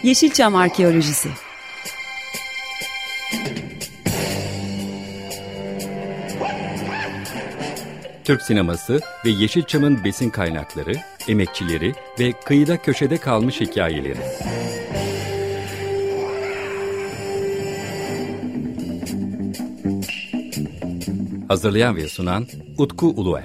Yeşilçam Arkeolojisi. Türk sineması ve Yeşilçam'ın besin kaynakları, emekçileri ve kıyıda köşede kalmış hikayeleri. Hazırlayan ve sunan Utku Uluer.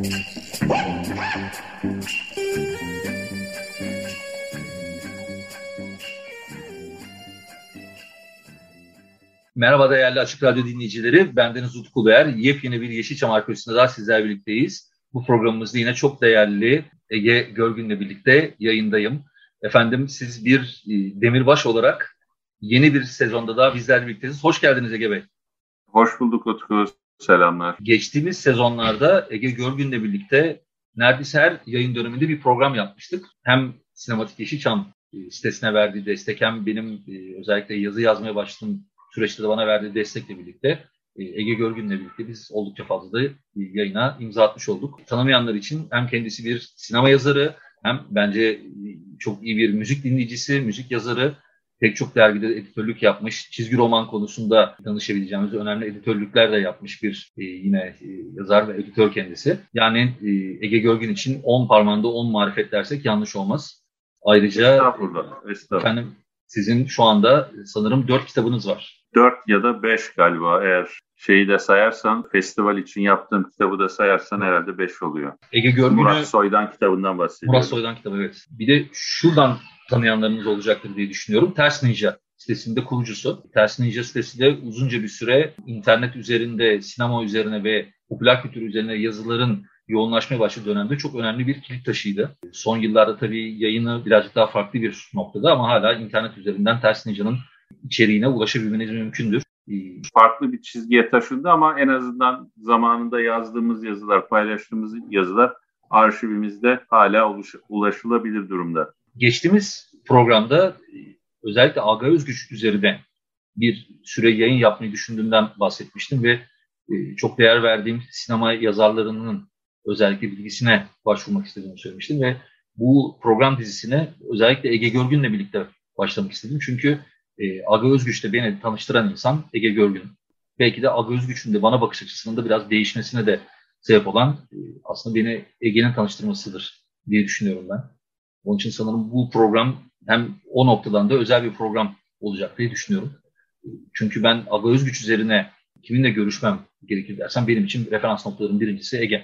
Merhaba değerli Açık Radyo dinleyicileri. Bendeniz Utku Uluer. Yepyeni bir Yeşilçam Arkeolojisi'nde daha sizlerle birlikteyiz. Bu programımızda yine çok değerli Ege Görgün'le birlikte yayındayım. Efendim siz bir demirbaş olarak yeni bir sezonda daha bizlerle birlikteyiz. Hoş geldiniz Ege Bey. Hoş bulduk Utku. Selamlar. Geçtiğimiz sezonlarda Ege Görgün'le birlikte neredeyse her yayın döneminde bir program yapmıştık. Hem Sinematik Yeşilçam sitesine verdiği destek hem benim özellikle yazı yazmaya başladığım süreçte de bana verdiği destekle birlikte Ege Görgün'le birlikte biz oldukça fazla da yayına imza atmış olduk. Tanımayanlar için hem kendisi bir sinema yazarı hem bence çok iyi bir müzik dinleyicisi, müzik yazarı. Pek çok dergide editörlük yapmış. Çizgi roman konusunda tanışabileceğimiz önemli editörlükler de yapmış bir yine yazar ve editör kendisi. Yani Ege Görgün için 10 parmağında 10 marifet dersek yanlış olmaz. Ayrıca Estağfurullah. Efendim sizin şu anda sanırım 4 kitabınız var. 4 ya da 5 galiba, eğer şeyi de sayarsan, festival için yaptığım kitabı da sayarsan herhalde 5 oluyor. Ege Görgün'ü, Murat Soydan kitabından bahsediyorum. Murat Soydan kitabı, evet. Bir de şuradan tanıyanlarınız olacaktır diye düşünüyorum. Ters Ninja sitesinde kurucusu. Ters Ninja sitesi de uzunca bir süre internet üzerinde, sinema üzerine ve popüler kültür üzerine yazıların yoğunlaşmaya başladığı dönemde çok önemli bir kilit taşıydı. Son yıllarda tabii yayını birazcık daha farklı bir noktada ama hala internet üzerinden Ters Ninja'nın içeriğine ulaşabilmeniz mümkündür. Farklı bir çizgiye taşındı ama en azından zamanında yazdığımız yazılar, paylaştığımız yazılar arşivimizde hala ulaşılabilir durumda. Geçtiğimiz programda özellikle Aga Özgüç üzerine bir süre yayın yapmayı düşündüğümden bahsetmiştim ve çok değer verdiğim sinema yazarlarının özellikle bilgisine başvurmak istediğimi söylemiştim ve bu program dizisine özellikle Ege Görgün'le birlikte başlamak istedim. Çünkü Aga Özgüç'le beni tanıştıran insan Ege Görgün. Belki de Aga Özgüç'ün de bana bakış açısının da biraz değişmesine de sebep olan aslında beni Ege'nin tanıştırmasıdır diye düşünüyorum ben. Onun için sanırım bu program hem o noktadan da özel bir program olacak diye düşünüyorum. Çünkü ben Aga Özgüç üzerine kiminle görüşmem gerekir dersen benim için referans noktaların birincisi Ege.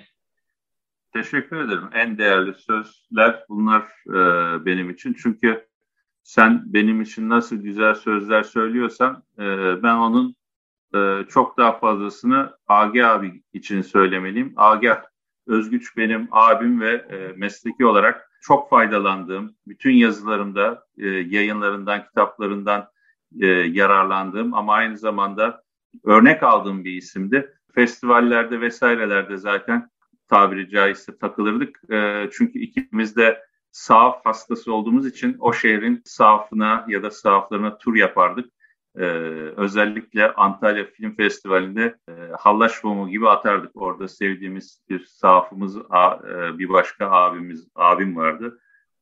Teşekkür ederim. En değerli sözler bunlar benim için. Çünkü sen benim için nasıl güzel sözler söylüyorsan ben onun çok daha fazlasını Age abi için söylemeliyim. Age Özgüç benim abim ve mesleki olarak çok faydalandığım, bütün yazılarımda, yayınlarından, kitaplarından yararlandığım ama aynı zamanda örnek aldığım bir isimdi. Festivallerde vesairelerde zaten tabiri caizse takılırdık. Çünkü ikimiz de sahaf hastası olduğumuz için o şehrin sahafına ya da sahaflarına tur yapardık. Özellikle Antalya Film Festivali'nde hallaç pamuğu gibi atardık. Orada sevdiğimiz bir sahafımız, bir başka abim vardı.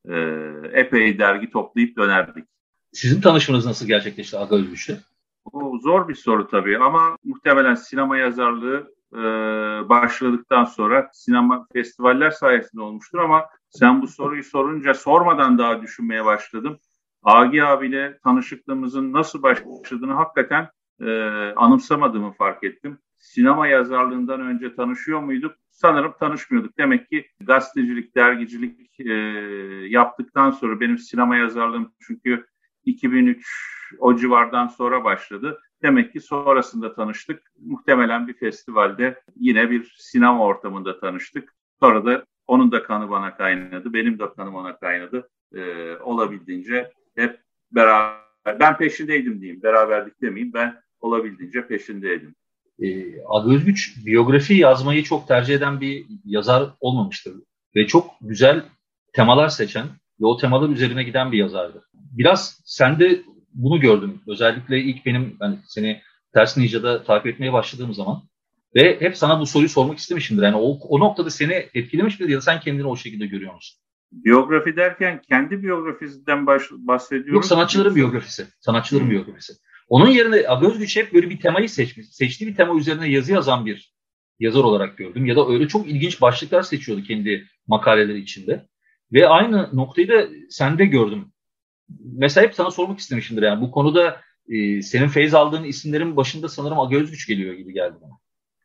Epey dergi toplayıp dönerdik. Sizin tanışmanız nasıl gerçekleşti Aga Özgüç'le? Bu zor bir soru tabii ama muhtemelen sinema yazarlığı başladıktan sonra sinema festivaller sayesinde olmuştur ama sen bu soruyu sorunca sormadan daha düşünmeye başladım. Agi abiyle tanışıklığımızın nasıl başladığını hakikaten anımsamadığımı fark ettim. Sinema yazarlığından önce tanışıyor muyduk? Sanırım tanışmıyorduk. Demek ki gazetecilik, dergicilik yaptıktan sonra benim sinema yazarlığım çünkü 2003 o civardan sonra başladı. Demek ki sonrasında tanıştık. Muhtemelen bir festivalde yine bir sinema ortamında tanıştık. Sonra da onun da kanı bana kaynadı, benim de kanım ona kaynadı. Olabildiğince hep beraber, ben peşindeydim diyeyim, beraberlik demeyeyim, ben olabildiğince peşindeydim. Aga Özgüç biyografi yazmayı çok tercih eden bir yazar olmamıştır ve çok güzel temalar seçen ve o temalar üzerine giden bir yazardı. Biraz sende bunu gördüm. Özellikle ilk benim seni Ters Ninja'da takip etmeye başladığım zaman ve hep sana bu soruyu sormak istemişimdir. Yani o noktada seni etkilemiş midir ya da sen kendini o şekilde görüyor musun? Biyografi derken kendi biyografisinden bahsediyoruz. Yok, sanatçıların biyografisi. Sanatçıların biyografisi. Onun yerine Aga Özgüç hep böyle bir temayı seçmiş. Seçtiği bir tema üzerine yazı yazan bir yazar olarak gördüm. Ya da öyle çok ilginç başlıklar seçiyordu kendi makaleleri içinde. Ve aynı noktayı da sende gördüm. Mesela hep sana sormak istemişimdir yani. Bu konuda senin feyz aldığın isimlerin başında sanırım Aga Özgüç geliyor gibi geldi bana.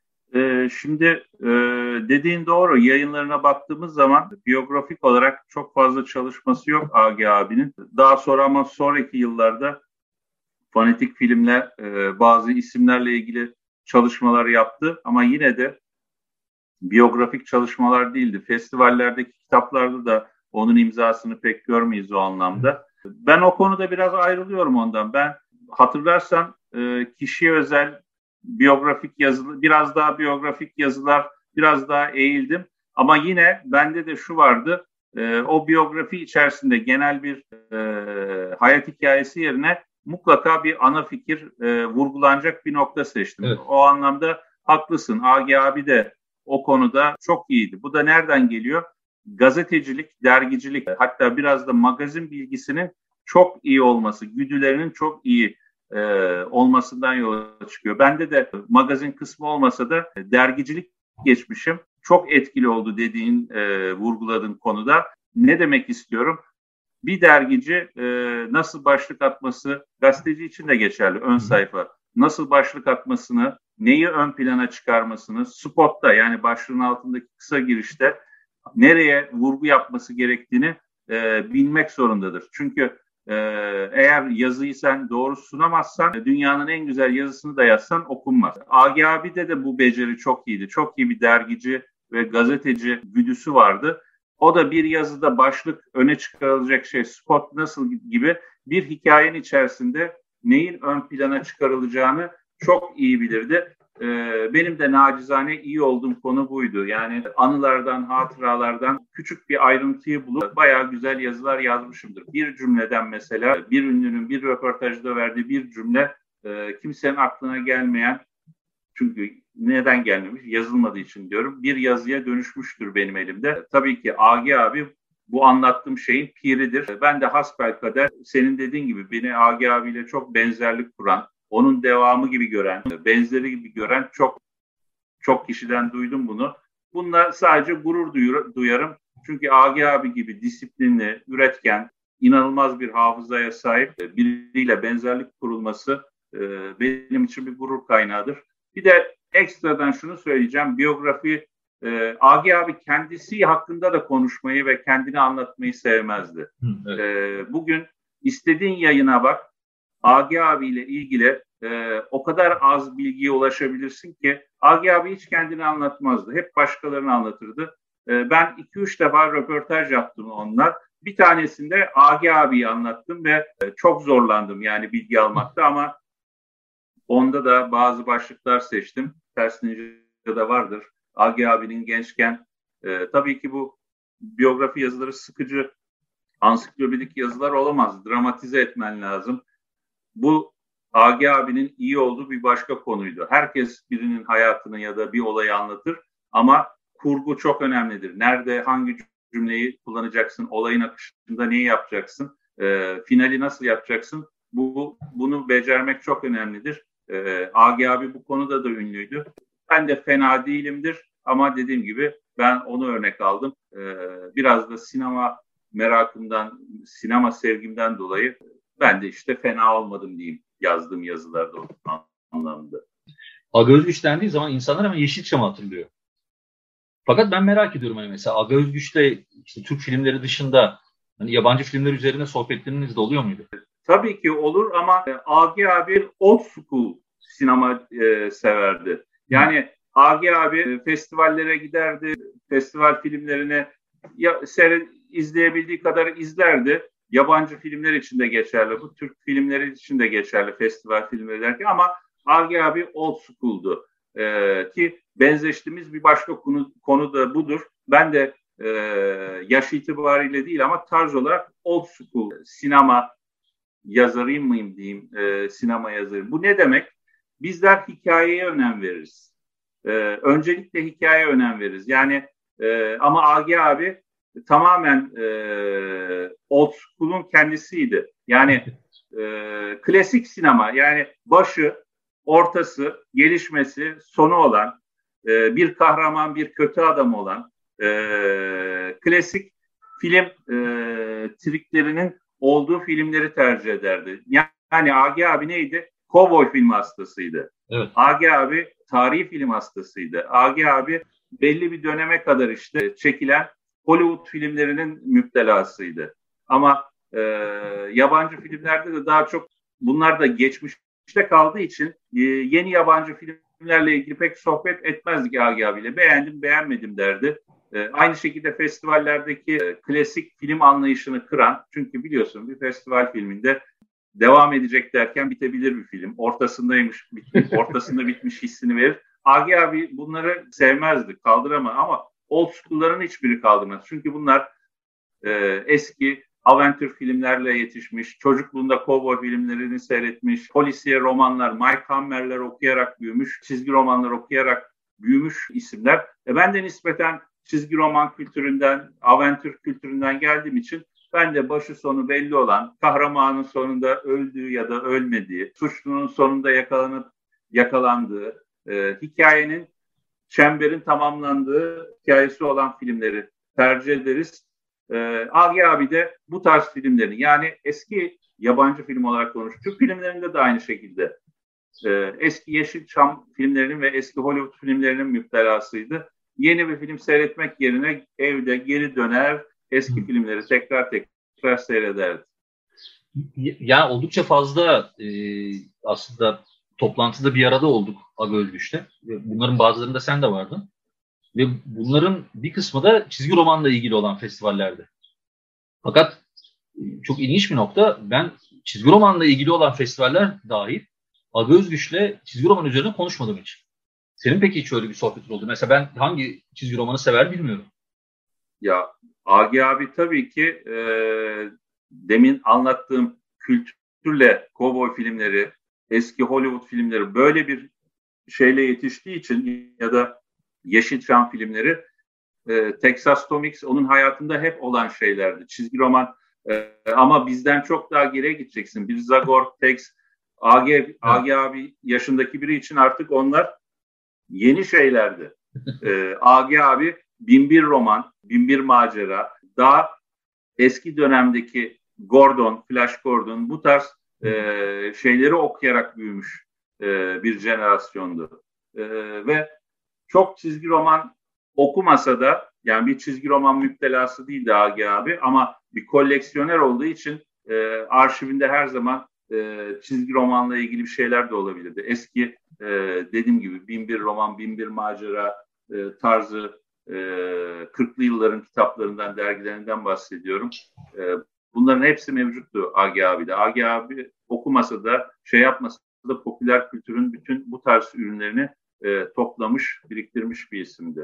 Şimdi dediğin doğru. Yayınlarına baktığımız zaman biyografik olarak çok fazla çalışması yok Agi abinin. Daha sonra ama sonraki yıllarda Fonetik Filmler bazı isimlerle ilgili çalışmalar yaptı. Ama yine de biyografik çalışmalar değildi. Festivallerdeki kitaplarda da onun imzasını pek görmeyiz o anlamda. Ben o konuda biraz ayrılıyorum ondan. Ben hatırlarsan kişiye özel biyografik yazılar, biraz daha biyografik yazılar, biraz daha eğildim. Ama yine bende de şu vardı, o biyografi içerisinde genel bir hayat hikayesi yerine mutlaka bir ana fikir vurgulanacak bir nokta seçtim. Evet. O anlamda haklısın. Agi abi de o konuda çok iyiydi. Bu da nereden geliyor? Gazetecilik, dergicilik, hatta biraz da magazin bilgisinin çok iyi olması, güdülerinin çok iyi olmasından yola çıkıyor. Bende de magazin kısmı olmasa da dergicilik geçmişim çok etkili oldu dediğin, vurguladığın konuda. Ne demek istiyorum? Bir dergici nasıl başlık atması, gazeteci için de geçerli, ön sayfa. Nasıl başlık atmasını, neyi ön plana çıkarmasını, spotta yani başlığın altındaki kısa girişte nereye vurgu yapması gerektiğini bilmek zorundadır. Çünkü eğer yazıyı sen doğru sunamazsan, dünyanın en güzel yazısını da yazsan okunmaz. Agi abi'de de bu beceri çok iyiydi. Çok iyi bir dergici ve gazeteci güdüsü vardı. O da bir yazıda başlık, öne çıkarılacak şey, spot nasıl gibi bir hikayenin içerisinde neyin ön plana çıkarılacağını çok iyi bilirdi. Benim de nacizane iyi olduğum konu buydu. Yani anılardan, hatıralardan küçük bir ayrıntıyı bulup bayağı güzel yazılar yazmışımdır. Bir cümleden mesela bir ünlünün bir röportajda verdiği bir cümle kimsenin aklına gelmeyen, çünkü neden gelmemiş? Yazılmadığı için diyorum. Bir yazıya dönüşmüştür benim elimde. Tabii ki Agi abi bu anlattığım şeyin piridir. Ben de hasbelkader senin dediğin gibi beni Agi abiyle çok benzerlik kuran, onun devamı gibi gören, benzeri gibi gören çok kişiden duydum bunu. Bununla sadece gurur duyarım. Çünkü Agi abi gibi disiplinli, üretken, inanılmaz bir hafızaya sahip biriyle benzerlik kurulması benim için bir gurur kaynağıdır. Bir de ekstradan şunu söyleyeceğim. Biyografi, Agi abi kendisi hakkında da konuşmayı ve kendini anlatmayı sevmezdi. Evet. Bugün istediğin yayına bak. Agi abiyle ilgili o kadar az bilgiye ulaşabilirsin ki Agi abi hiç kendini anlatmazdı. Hep başkalarını anlatırdı. Ben 2-3 defa röportaj yaptım onunla. Bir tanesinde Agi abiyi anlattım ve çok zorlandım yani bilgi almakta ama onda da bazı başlıklar seçtim. Ters Ninja'da vardır. Agi abinin gençken tabii ki bu biyografi yazıları sıkıcı, ansiklopedik yazılar olamaz. Dramatize etmen lazım. Bu Agi abinin iyi olduğu bir başka konuydu. Herkes birinin hayatını ya da bir olayı anlatır ama kurgu çok önemlidir. Nerede, hangi cümleyi kullanacaksın, olayın akışında neyi yapacaksın, finali nasıl yapacaksın, bunu becermek çok önemlidir. Agi abi bu konuda da ünlüydü. Ben de fena değilimdir ama dediğim gibi ben onu örnek aldım. Biraz da sinema merakımdan, sinema sevgimden dolayı ben de işte fena olmadım diyeyim yazdığım yazılarda o anlamda. Aga Özgüç dendiği zaman insanlar hemen Yeşilçam'ı hatırlıyor. Fakat ben merak ediyorum hani mesela Aga Özgüç'le işte Türk filmleri dışında hani yabancı filmler üzerine sohbetleriniz de oluyor muydu? Tabii ki olur ama Agi abi old school sinema severdi. Yani Agi abi festivallere giderdi, festival filmlerini izleyebildiği kadar izlerdi. Yabancı filmler için de geçerli bu, Türk filmleri için de geçerli festival filmleri derken ama Agi abi old school'du. Ki benzeştiğimiz bir başka konu da budur. Ben de yaş itibariyle değil ama tarz olarak old school sinema yazarıyım mıyım diyeyim, sinema yazarıyım. Bu ne demek? Bizler hikayeye önem veririz. Öncelikle hikayeye önem veririz. Yani ama Agi abi tamamen old school'un kendisiydi. Yani klasik sinema, yani başı, ortası, gelişmesi, sonu olan, bir kahraman, bir kötü adam olan klasik film triklerinin olduğu filmleri tercih ederdi. Yani Agi abi neydi? Cowboy film hastasıydı. Evet. Agi abi tarihi film hastasıydı. Agi abi belli bir döneme kadar işte çekilen Hollywood filmlerinin müptelasıydı. Ama yabancı filmlerde de daha çok bunlar da geçmişte kaldığı için yeni yabancı filmlerle ilgili pek sohbet etmezdik Agi abiyle. Beğendim, beğenmedim derdi. Aynı şekilde festivallerdeki klasik film anlayışını kıran, çünkü biliyorsun bir festival filminde devam edecek derken bitebilir bir film. Ortasında bitmiş hissini verir. Agi abi bunları sevmezdi, kaldıramaz ama old school'ların hiçbiri kaldırmaz. Çünkü bunlar eski aventür filmlerle yetişmiş, çocukluğunda kovboy filmlerini seyretmiş, polisiye romanlar, Mike Hammer'ler okuyarak büyümüş, çizgi romanlar okuyarak büyümüş isimler. Ben de nispeten çizgi roman kültüründen, aventür kültüründen geldiğim için ben de başı sonu belli olan, kahramanın sonunda öldüğü ya da ölmediği, suçlunun sonunda yakalandığı, hikayenin, çemberin tamamlandığı hikayesi olan filmleri tercih ederiz. Agi abi de bu tarz filmlerin, yani eski yabancı film olarak Türk filmlerinde de aynı şekilde eski Yeşilçam filmlerinin ve eski Hollywood filmlerinin müptelasıydı. Yeni bir film seyretmek yerine evde geri döner, eski filmleri tekrar seyrederdi. Yani oldukça fazla aslında toplantıda bir arada olduk Aga Özgüç'te. Bunların bazılarında sen de vardın. Ve bunların bir kısmı da çizgi romanla ilgili olan festivallerde. Fakat çok ilginç bir nokta, ben çizgi romanla ilgili olan festivaller dahil Aga Özgüç'le çizgi roman üzerine konuşmadım hiç. Senin peki hiç öyle bir sohbetin oldu? Mesela ben hangi çizgi romanı sever bilmiyorum. Ya Agi abi tabii ki demin anlattığım kültürle kovboy filmleri, eski Hollywood filmleri böyle bir şeyle yetiştiği için ya da Yeşilçam filmleri, Texas Tomix onun hayatında hep olan şeylerdi. Çizgi roman ama bizden çok daha geriye gideceksin. Bir Zagor, Tex, Agi abi yaşındaki biri için artık onlar yeni şeylerdi. Agi abi Binbir roman, Binbir macera, daha eski dönemdeki Gordon, Flash Gordon, bu tarz şeyleri okuyarak büyümüş bir jenerasyondu. Ve çok çizgi roman okumasa da, yani bir çizgi roman müptelası değildi Agi abi ama bir koleksiyoner olduğu için arşivinde her zaman çizgi romanla ilgili bir şeyler de olabilirdi. Eski dediğim gibi Binbir roman, Binbir macera tarzı 40'lı yılların kitaplarından, dergilerinden bahsediyorum. Bunların hepsi mevcuttu Agi abi'de. Agi abi okumasa da, şey yapmasa da popüler kültürün bütün bu tarz ürünlerini toplamış, biriktirmiş bir isimdi.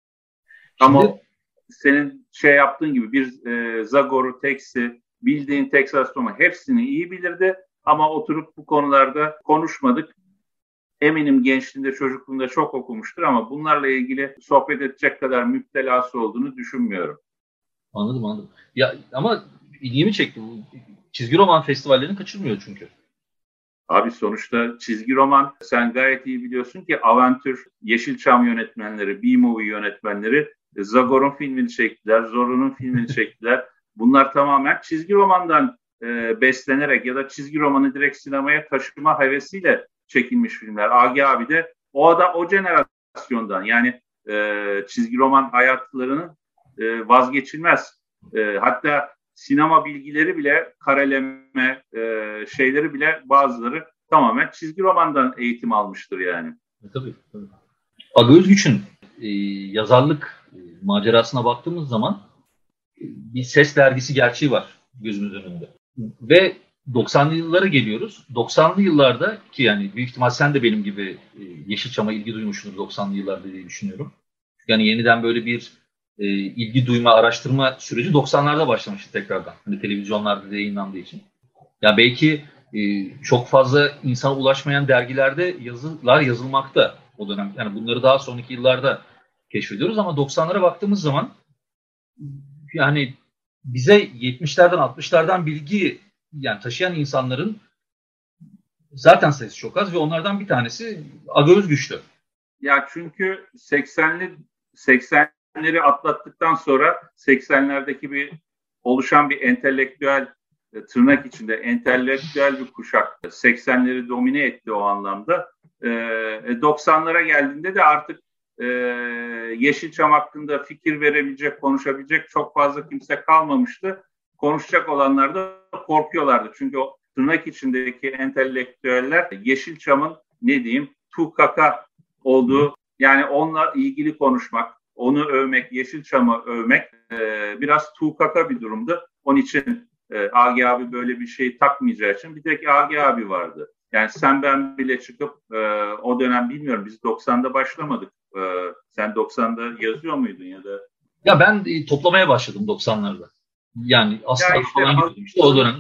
Ama senin şey yaptığın gibi bir Zagor'u, Tex'i, bildiğin Texas Tom'u hepsini iyi bilirdi ama oturup bu konularda konuşmadık. Eminim gençliğinde, çocukluğunda çok okumuştur ama bunlarla ilgili sohbet edecek kadar müptelası olduğunu düşünmüyorum. Anladım. Ya ama ilgimi çekti. Çizgi roman festivallerini kaçırmıyor çünkü. Abi sonuçta çizgi roman, sen gayet iyi biliyorsun ki Aventür, Yeşilçam yönetmenleri, B-Movie yönetmenleri Zagor'un filmini çektiler, Zorro'nun filmini çektiler. Bunlar tamamen çizgi romandan beslenerek ya da çizgi romanı direkt sinemaya taşıma hevesiyle çekilmiş filmler. Agi abi de o jenerasyondan, yani çizgi roman hayatlarının vazgeçilmez. Hatta sinema bilgileri bile, kareleme şeyleri bile bazıları tamamen çizgi romandan eğitim almıştır yani. Tabii. Aga Özgüç'ün yazarlık macerasına baktığımız zaman bir ses dergisi gerçeği var gözümüzün önünde. Ve 90'lı yıllara geliyoruz. 90'lı yıllarda ki yani büyük ihtimal sen de benim gibi Yeşilçam'a ilgi duymuşsunuz 90'lı yıllarda diye düşünüyorum. Yani yeniden böyle bir ilgi duyma, araştırma süreci 90'larda başlamıştı tekrardan. Hani televizyonlarda da yayınlandığı için. Ya belki çok fazla insana ulaşmayan dergilerde yazılar yazılmakta o dönem. Yani bunları daha sonraki yıllarda keşfediyoruz ama 90'lara baktığımız zaman yani bize 70'lerden 60'lardan bilgi yani taşıyan insanların zaten sayısı çok az ve onlardan bir tanesi Aga Özgüç'tü. Ya çünkü 80'leri atlattıktan sonra 80'lerdeki oluşan bir entelektüel, tırnak içinde entelektüel bir kuşak 80'leri domine etti o anlamda. 90'lara geldiğinde de artık Yeşilçam hakkında fikir verebilecek, konuşabilecek çok fazla kimse kalmamıştı. Konuşacak olanlar da korkuyorlardı. Çünkü o tırnak içindeki entelektüeller Yeşilçam'ın ne diyeyim tukaka olduğu, yani onunla ilgili konuşmak, onu övmek, Yeşilçam'ı övmek biraz tukaka bir durumdu. Onun için Agi abi böyle bir şey takmayacağı için bir tek Agi abi vardı. Yani sen ben bile çıkıp o dönem bilmiyorum biz 90'da başlamadık. Sen 90'da yazıyor muydun ya da? Ya ben toplamaya başladım 90'larda. Yani aslında işte falan gidiyordum. İşte o dönem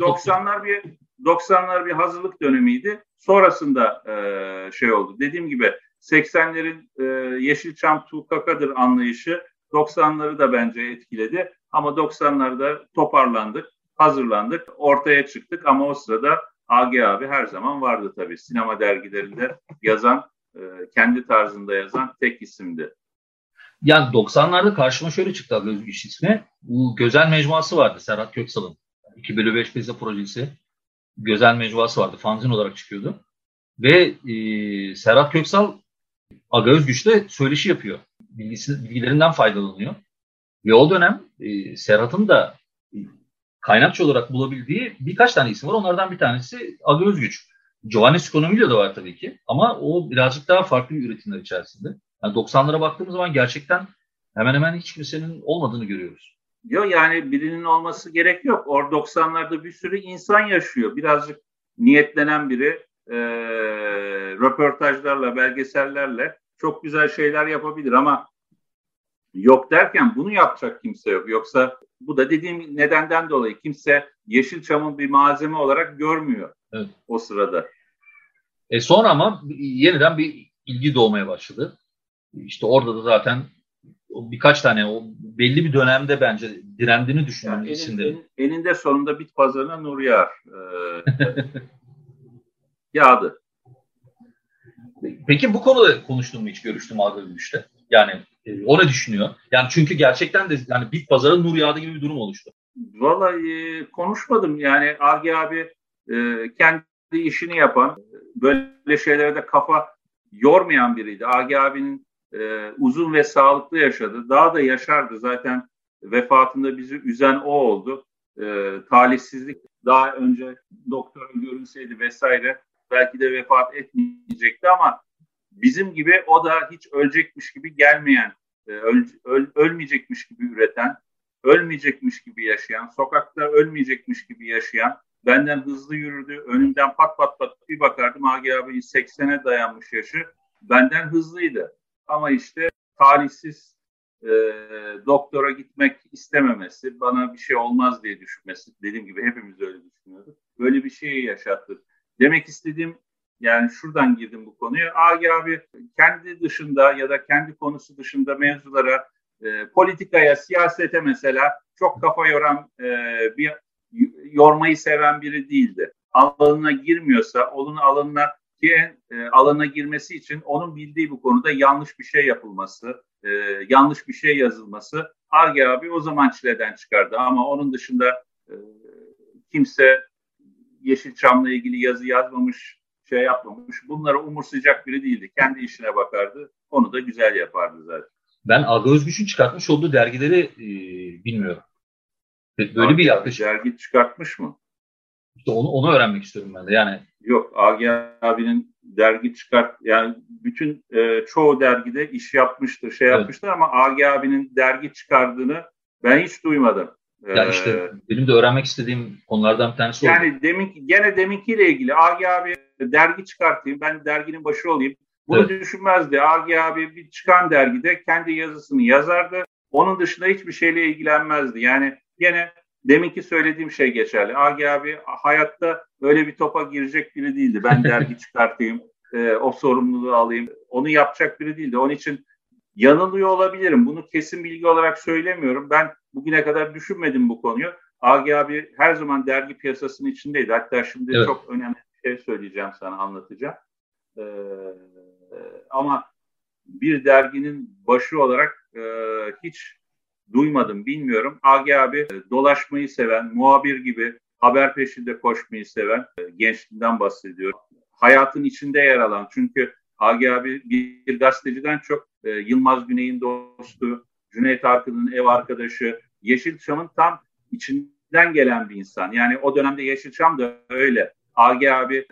90'lar bir hazırlık dönemiydi. Sonrasında şey oldu. Dediğim gibi 80'lerin Yeşilçam tukakadır anlayışı 90'ları da bence etkiledi. Ama 90'larda toparlandık, hazırlandık, ortaya çıktık ama o sırada Agi abi her zaman vardı tabii. Sinema dergilerinde yazan, kendi tarzında yazan tek isimdi. Yani 90'larda karşıma şöyle çıktı Aga Özgüç ismi. Bu Gözel Mecmuası vardı Serhat Köksal'ın. 2/5 Pizza projesi. Gözel Mecmuası vardı. Fanzin olarak çıkıyordu. Ve Serhat Köksal Aga Özgüç'le söyleşi yapıyor. Bilgilerinden faydalanıyor. Ve o dönem Serhat'ın da kaynakçı olarak bulabildiği birkaç tane isim var. Onlardan bir tanesi Aga Özgüç. Giovanni Sconomillo da var tabii ki. Ama o birazcık daha farklı bir üretimler içerisinde. Yani 90'lara baktığımız zaman gerçekten hemen hemen hiç kimsenin olmadığını görüyoruz. Yok yani birinin olması gerek yok. Orada 90'larda bir sürü insan yaşıyor. Birazcık niyetlenen biri röportajlarla, belgesellerle çok güzel şeyler yapabilir ama yok derken bunu yapacak kimse yok. Yoksa bu da dediğim nedenden dolayı kimse Yeşilçam'ın bir malzeme olarak görmüyor o sırada. Sonra ama yeniden bir ilgi doğmaya başladı. İşte orada da zaten birkaç tane o belli bir dönemde bence direndiğini düşündüğüm yani isimlerin. Eninde sonunda bit pazarına nur yağar. Yağdı. Peki bu konuda konuştun mu hiç, görüştüm Aga Özgüç'te? Yani o ne düşünüyor? Yani çünkü gerçekten de yani bit pazarı nur yağdı gibi bir durum oluştu. Vallahi konuşmadım. Yani Agi abi kendi işini yapan, böyle şeylere de kafa yormayan biriydi. Agi abinin uzun ve sağlıklı yaşadı. Daha da yaşardı. Zaten vefatında bizi üzen o oldu. Talihsizlik, daha önce doktora görünseydi vesaire belki de vefat etmeyecekti ama bizim gibi o da hiç ölecekmiş gibi gelmeyen, ölmeyecekmiş gibi üreten, ölmeyecekmiş gibi yaşayan, sokakta ölmeyecekmiş gibi yaşayan, benden hızlı yürüdü, önümden pat pat pat bir bakardım Agi abi 80'e dayanmış yaşı, benden hızlıydı. Ama işte talihsiz doktora gitmek istememesi, bana bir şey olmaz diye düşünmesi, dediğim gibi hepimiz öyle düşünüyorduk. Böyle bir şeyi yaşattı. Demek istediğim, yani şuradan girdim bu konuya. Agi abi kendi dışında ya da kendi konusu dışında mevzulara, politikaya, siyasete mesela çok kafa yoran, yormayı seven biri değildi. Alanına girmiyorsa, onun alana girmesi için onun bildiği bu konuda yanlış bir şey yapılması, yanlış bir şey yazılması Agi abi o zaman çileden çıkardı. Ama onun dışında kimse Yeşilçam'la ilgili yazı yazmamış, şey yapmamış. Bunları umursayacak biri değildi. Kendi işine bakardı. Onu da güzel yapardı zaten. Ben Aga Özgüç'ün çıkartmış olduğu dergileri bilmiyorum. Böyle Agi bir yaklaşım. Dergi çıkartmış mı? İşte onu öğrenmek istiyorum ben de. Yani yok, Agi abinin dergi yani bütün çoğu dergide iş yapmıştır, yapmıştır ama Agi abinin dergi çıkardığını ben hiç duymadım. Ya işte benim de öğrenmek istediğim konulardan bir tanesi oldu. Yani deminkiyle ilgili Agi abi dergi çıkartayım, ben derginin başı olayım. Bunu düşünmezdi. Agi abi bir çıkan dergide kendi yazısını yazardı. Onun dışında hiçbir şeyle ilgilenmezdi. Yani gene deminki söylediğim şey geçerli. Agi abi hayatta öyle bir topa girecek biri değildi. Ben dergi çıkartayım, o sorumluluğu alayım. Onu yapacak biri değildi. Onun için yanılıyor olabilirim. Bunu kesin bilgi olarak söylemiyorum. Ben bugüne kadar düşünmedim bu konuyu. Agi abi her zaman dergi piyasasının içindeydi. Hatta şimdi Evet. çok önemli bir şey söyleyeceğim sana, anlatacağım. Ama bir derginin başı olarak hiç duymadım, bilmiyorum. Agi abi dolaşmayı seven, muhabir gibi haber peşinde koşmayı seven, gençliğinden bahsediyorum. Hayatın içinde yer alan, çünkü Agi abi bir gazeteciden çok Yılmaz Güney'in dostu, Cüneyt Arkın'ın ev arkadaşı, Yeşilçam'ın tam içinden gelen bir insan. Yani o dönemde Yeşilçam da öyle. Agi abi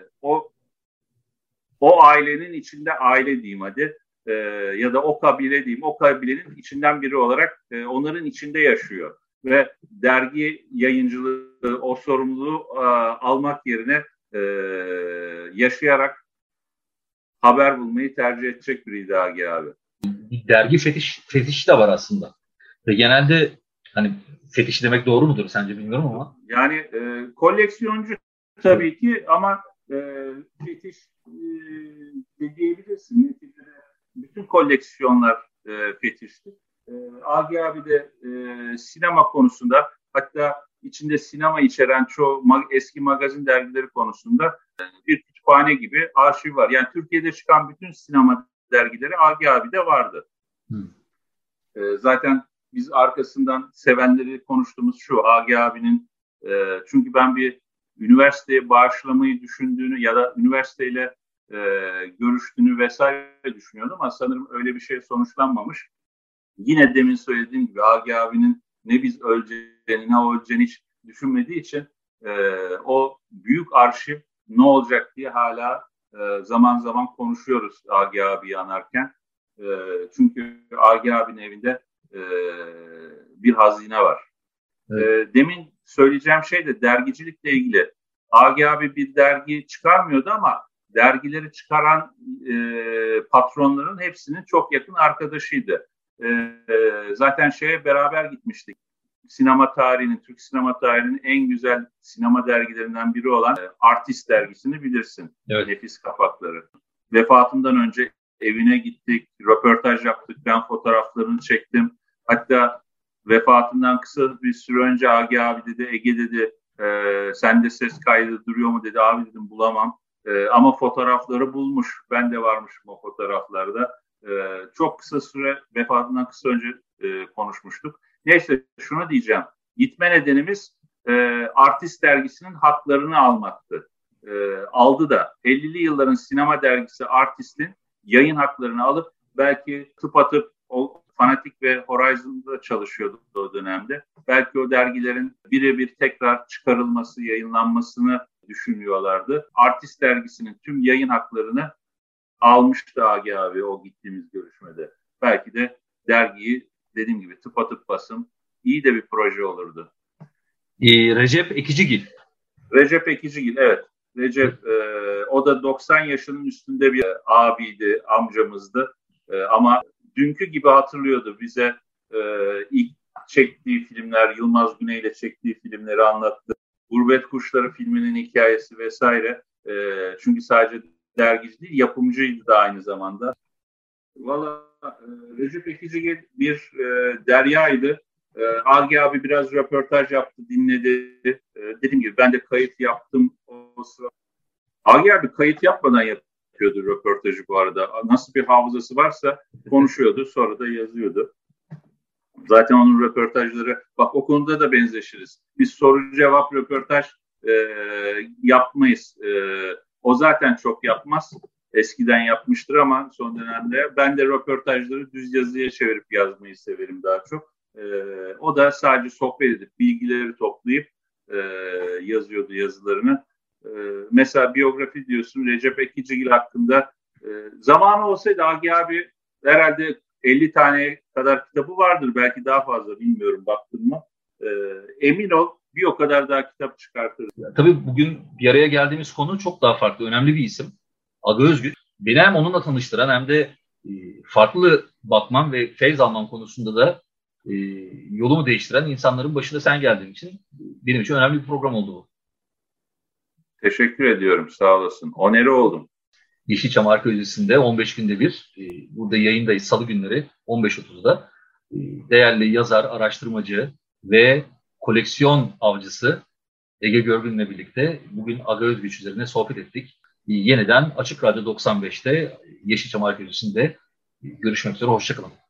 o ailenin içinde, aile diyeyim hadi, ya da o kabile diyeyim, o kabilenin içinden biri olarak onların içinde yaşıyor. Ve dergi yayıncılığı, o sorumluluğu almak yerine yaşayarak haber bulmayı tercih edecek biriydi Agi abi. Bir dergi fetişi de var aslında. Ve genelde hani fetiş demek doğru mudur sence, bilmiyorum ama. Yani koleksiyoncu tabii ki, ama fetiş de diyebilirsin. Neticede bütün koleksiyonlar fetişti. Agi abi de sinema konusunda, hatta içinde sinema içeren çoğu eski magazin dergileri konusunda bir kütüphane gibi arşiv var. Yani Türkiye'de çıkan bütün sinema dergileri Agi abi de vardı. Zaten biz arkasından sevenleri konuştuğumuz şu, Agi abinin çünkü ben bir üniversiteye bağışlamayı düşündüğünü ya da üniversiteyle görüştüğünü vesaire düşünüyordum ama sanırım öyle bir şey sonuçlanmamış. Yine demin söylediğim gibi Agi abinin ne biz öleceğini ne öleceğini hiç düşünmediği için o büyük arşiv ne olacak diye hala zaman zaman konuşuyoruz Agi abiyi anarken. Çünkü Agi abinin evinde bir hazine var. Evet. Demin söyleyeceğim şey de dergicilikle ilgili. Agi abi bir dergi çıkarmıyordu ama dergileri çıkaran patronların hepsinin çok yakın arkadaşıydı. Zaten beraber gitmiştik. Sinema tarihinin, Türk sinema tarihinin en güzel sinema dergilerinden biri olan Artist dergisini bilirsin. Evet. Nefis kapakları. Vefatından önce evine gittik, röportaj yaptık, ben fotoğraflarını çektim. Hatta vefatından kısa bir süre önce Agi abi dedi, Ege dedi, sende ses kaydı duruyor mu dedi. Abi dedim bulamam. Ama fotoğrafları bulmuş. Ben de varmışım o fotoğraflarda. Çok kısa süre, vefatından kısa önce konuşmuştuk. Neyse, şunu diyeceğim. Gitme nedenimiz Artist dergisinin haklarını almaktı. Aldı da 50'li yılların sinema dergisi Artist'in yayın haklarını alıp belki tıpatıp o Fanatik ve Horizon'da çalışıyordu o dönemde. Belki o dergilerin birebir tekrar çıkarılması, yayınlanmasını düşünüyorlardı. Artist dergisinin tüm yayın haklarını almıştı Agi abi o gittiğimiz görüşmede. Belki de dergiyi dediğim gibi tıpatıp basım iyi de bir proje olurdu. Recep Ekicigil. Recep Ekicigil, evet. Recep o da 90 yaşının üstünde bir abiydi, amcamızdı. Ama dünkü gibi hatırlıyordu bize ilk çektiği filmler, Yılmaz Güney ile çektiği filmleri anlattı. Gurbet Kuşları filminin hikayesi vesaire. Çünkü sadece dergici değil, yapımcıydı da aynı zamanda. Valla Recep Ekicigil bir deryaydı. Agi abi biraz röportaj yaptı, dinledi. Dediğim gibi ben de kayıt yaptım o sırada. Agi abi kayıt yapmadan yapıyordu röportajı bu arada. Nasıl bir hafızası varsa konuşuyordu, sonra da yazıyordu. Zaten onun röportajları, bak o konuda da benzeşiriz. Biz soru cevap röportaj yapmayız. O zaten çok yapmaz. Eskiden yapmıştır ama son dönemde ben de röportajları düz yazıya çevirip yazmayı severim daha çok. O da sadece sohbet edip bilgileri toplayıp yazıyordu yazılarını. Mesela biyografi diyorsun, Recep Ekicigil hakkında zamanı olsaydı Agi abi herhalde 50 tane kadar kitabı vardır, belki daha fazla, bilmiyorum, baktın mı? Emin ol bir o kadar daha kitap çıkartırız. Tabii bugün bir araya geldiğimiz konu çok daha farklı, önemli bir isim. Agi Özgür. Beni hem onunla tanıştıran hem de farklı bakmam ve feyz almam konusunda da yolumu değiştiren insanların başında sen geldiğin için benim için önemli bir program oldu bu. Teşekkür ediyorum, sağ olasın. Onere oldum. Yeşilçam Arkeolojisi'nde 15 günde bir burada yayındayız, salı günleri 15.30'da. Değerli yazar, araştırmacı, ve koleksiyon avcısı Ege Görgün'le birlikte bugün Aga Özgüç üzerine sohbet ettik. Yeniden Açık Radyo 95'te Yeşilçam Arkeolojisi'nde görüşmek üzere. Hoşçakalın.